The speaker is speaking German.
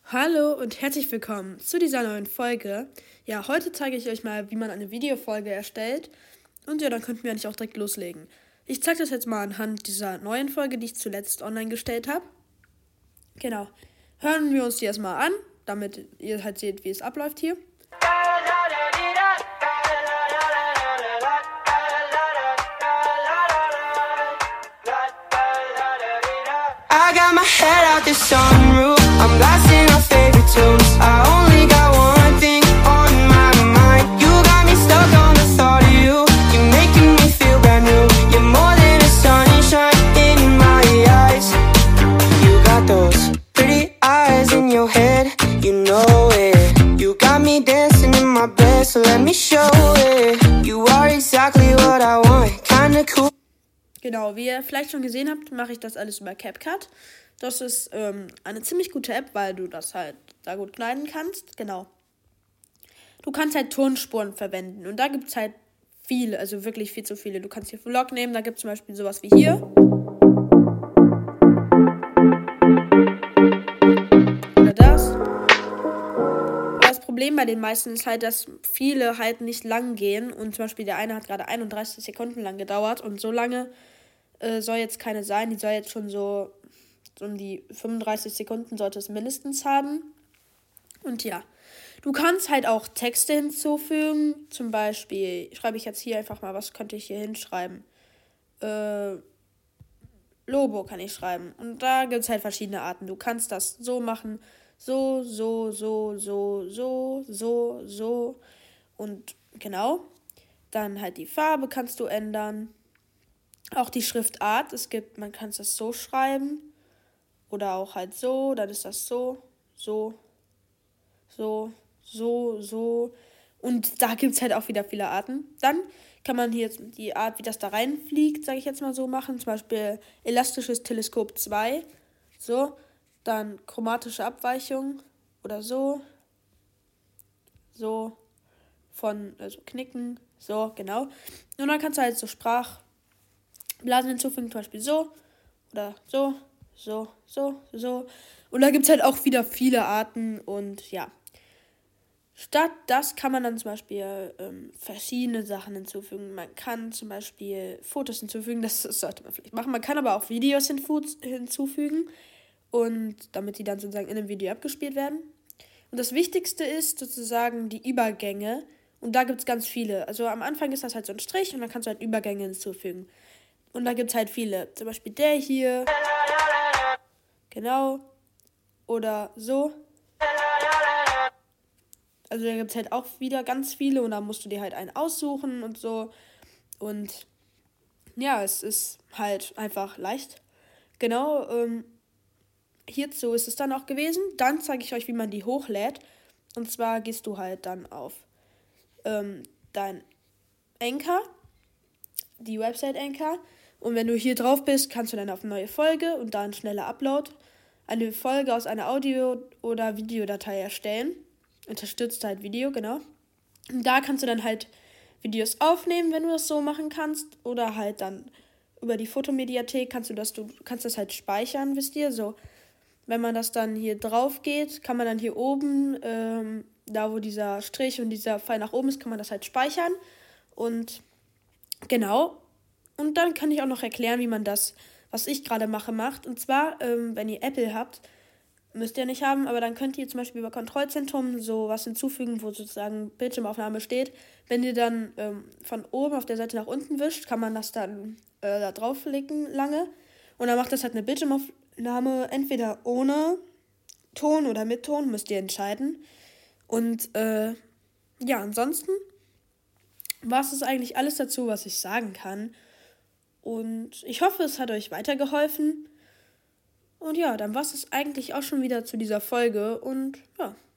Hallo und herzlich willkommen zu dieser neuen Folge. Ja, heute zeige ich euch mal, wie man eine Videofolge erstellt. Und ja, dann könnten wir eigentlich auch direkt loslegen. Ich zeige das jetzt mal anhand dieser neuen Folge, die ich zuletzt online gestellt habe. Genau. Hören wir uns die erstmal an, damit ihr halt seht, wie es abläuft hier. I got my head out the sunroof. I'm blasting our favorite tunes. I only got one thing on my mind. You got me stuck on the thought of you. You're making me feel brand new. You're more than a sunshine in my eyes. You got those pretty eyes in your head. You know it. You got me dancing in my bed, so let me show it. You are exactly what I want. Kinda cool. Genau, wie ihr vielleicht schon gesehen habt, mache ich das alles über CapCut. Das ist eine ziemlich gute App, weil du das halt da gut schneiden kannst. Genau. Du kannst halt Tonspuren verwenden und da gibt es halt viele, also wirklich viel zu viele. Du kannst hier Vlog nehmen, da gibt es zum Beispiel sowas wie hier. Oder das. Aber das Problem bei den meisten ist halt, dass viele halt nicht lang gehen und zum Beispiel der eine hat gerade 31 Sekunden lang gedauert und so lange soll jetzt keine sein. Die soll jetzt schon so um die 35 Sekunden sollte es mindestens haben. Und ja, du kannst halt auch Texte hinzufügen. Zum Beispiel schreibe ich jetzt hier einfach mal, was könnte ich hier hinschreiben? Lobo kann ich schreiben. Und da gibt es halt verschiedene Arten. Du kannst das so machen. So. Und genau. Dann halt die Farbe kannst du ändern. Auch die Schriftart. Man kann das so schreiben. Oder auch halt so. Dann ist das so. Und da gibt es halt auch wieder viele Arten. Dann kann man hier jetzt die Art, wie das da reinfliegt, sage ich jetzt mal so, machen. Zum Beispiel elastisches Teleskop 2. So. Dann chromatische Abweichung. Oder so. So. Also knicken. So, genau. Und dann kannst du halt so Sprachblasen hinzufügen. Zum Beispiel so. Oder so. Und da gibt es halt auch wieder viele Arten. Und ja. Statt das kann man dann zum Beispiel verschiedene Sachen hinzufügen. Man kann zum Beispiel Fotos hinzufügen, das sollte man vielleicht machen. Man kann aber auch Videos hinzufügen, und damit die dann sozusagen in einem Video abgespielt werden. Und das Wichtigste ist sozusagen die Übergänge. Und da gibt es ganz viele. Also am Anfang ist das halt so ein Strich und dann kannst du halt Übergänge hinzufügen. Und da gibt es halt viele. Zum Beispiel der hier. Genau. Oder so. Also da gibt es halt auch wieder ganz viele und da musst du dir halt einen aussuchen und so. Und ja, es ist halt einfach leicht. Genau, hierzu ist es dann auch gewesen. Dann zeige ich euch, wie man die hochlädt. Und zwar gehst du halt dann auf dein Anchor, die Website Anchor. Und wenn du hier drauf bist, kannst du dann auf neue Folge und dann schneller Upload eine Folge aus einer Audio- oder Videodatei erstellen. Unterstützt halt Video, genau. Und da kannst du dann halt Videos aufnehmen, wenn du das so machen kannst. Oder halt dann über die Fotomediathek du kannst das halt speichern, wisst ihr? So, wenn man das dann hier drauf geht, kann man dann hier oben, da wo dieser Strich und dieser Pfeil nach oben ist, kann man das halt speichern. Und genau. Und dann kann ich auch noch erklären, wie man das, was ich gerade macht. Und zwar, wenn ihr Apple habt, müsst ihr nicht haben, aber dann könnt ihr zum Beispiel über Kontrollzentrum so was hinzufügen, wo sozusagen Bildschirmaufnahme steht. Wenn ihr dann von oben auf der Seite nach unten wischt, kann man das dann da drauflegen lange. Und dann macht das halt eine Bildschirmaufnahme, entweder ohne Ton oder mit Ton, müsst ihr entscheiden. Und ja, ansonsten war es eigentlich alles dazu, was ich sagen kann. Und ich hoffe, es hat euch weitergeholfen. Und ja, dann war es eigentlich auch schon wieder zu dieser Folge. Und ja,